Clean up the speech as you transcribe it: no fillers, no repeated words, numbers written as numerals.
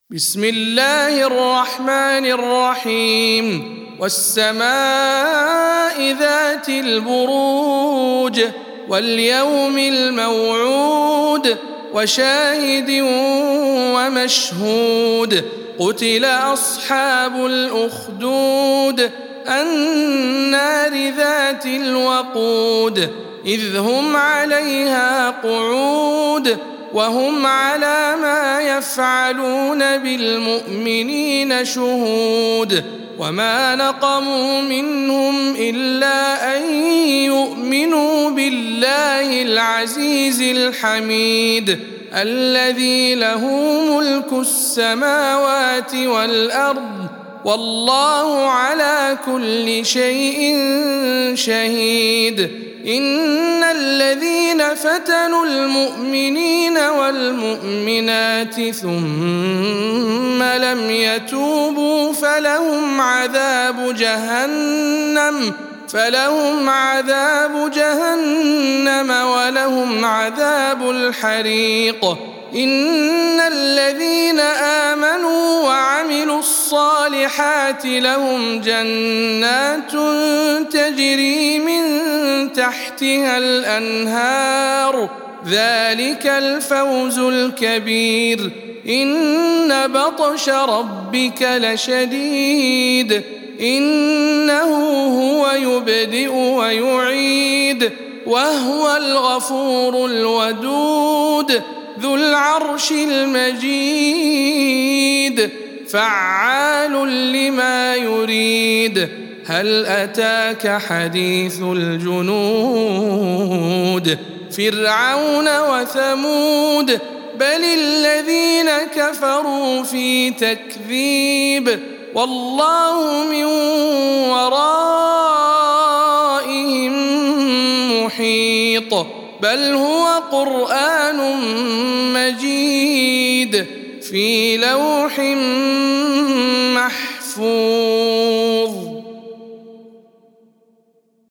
بسم الله الرحمن الرحيم والسماء ذات البروج واليوم الموعود وشاهد ومشهود قتل أصحاب الأخدود النار ذات الوقود إذ هم عليها قعود وهم على ما يفعلون بالمؤمنين شهود وما نقموا منهم إلا أن يؤمنوا بالله العزيز الحميد الذي له ملك السماوات والأرض والله على كل شيء شهيد إن الذين فتنوا المؤمنين والمؤمنات ثم لم يتوبوا فلهم عذاب جهنم ولهم عذاب الحريق إن الذين آمنوا وعملوا الصالحات لهم جنات تجري من تحتها الأنهار ذلك الفوز الكبير إن بطش ربك لشديد إنه هو يبدئ ويعيد وهو الغفور الودود ذو العرش المجيد فعال لما يريد هل أتاك حديث الجنود فرعون وثمود بل الذين كفروا في تكذيب والله من ورائهم محيط بل هو قرآن مجيد في لوح محفوظ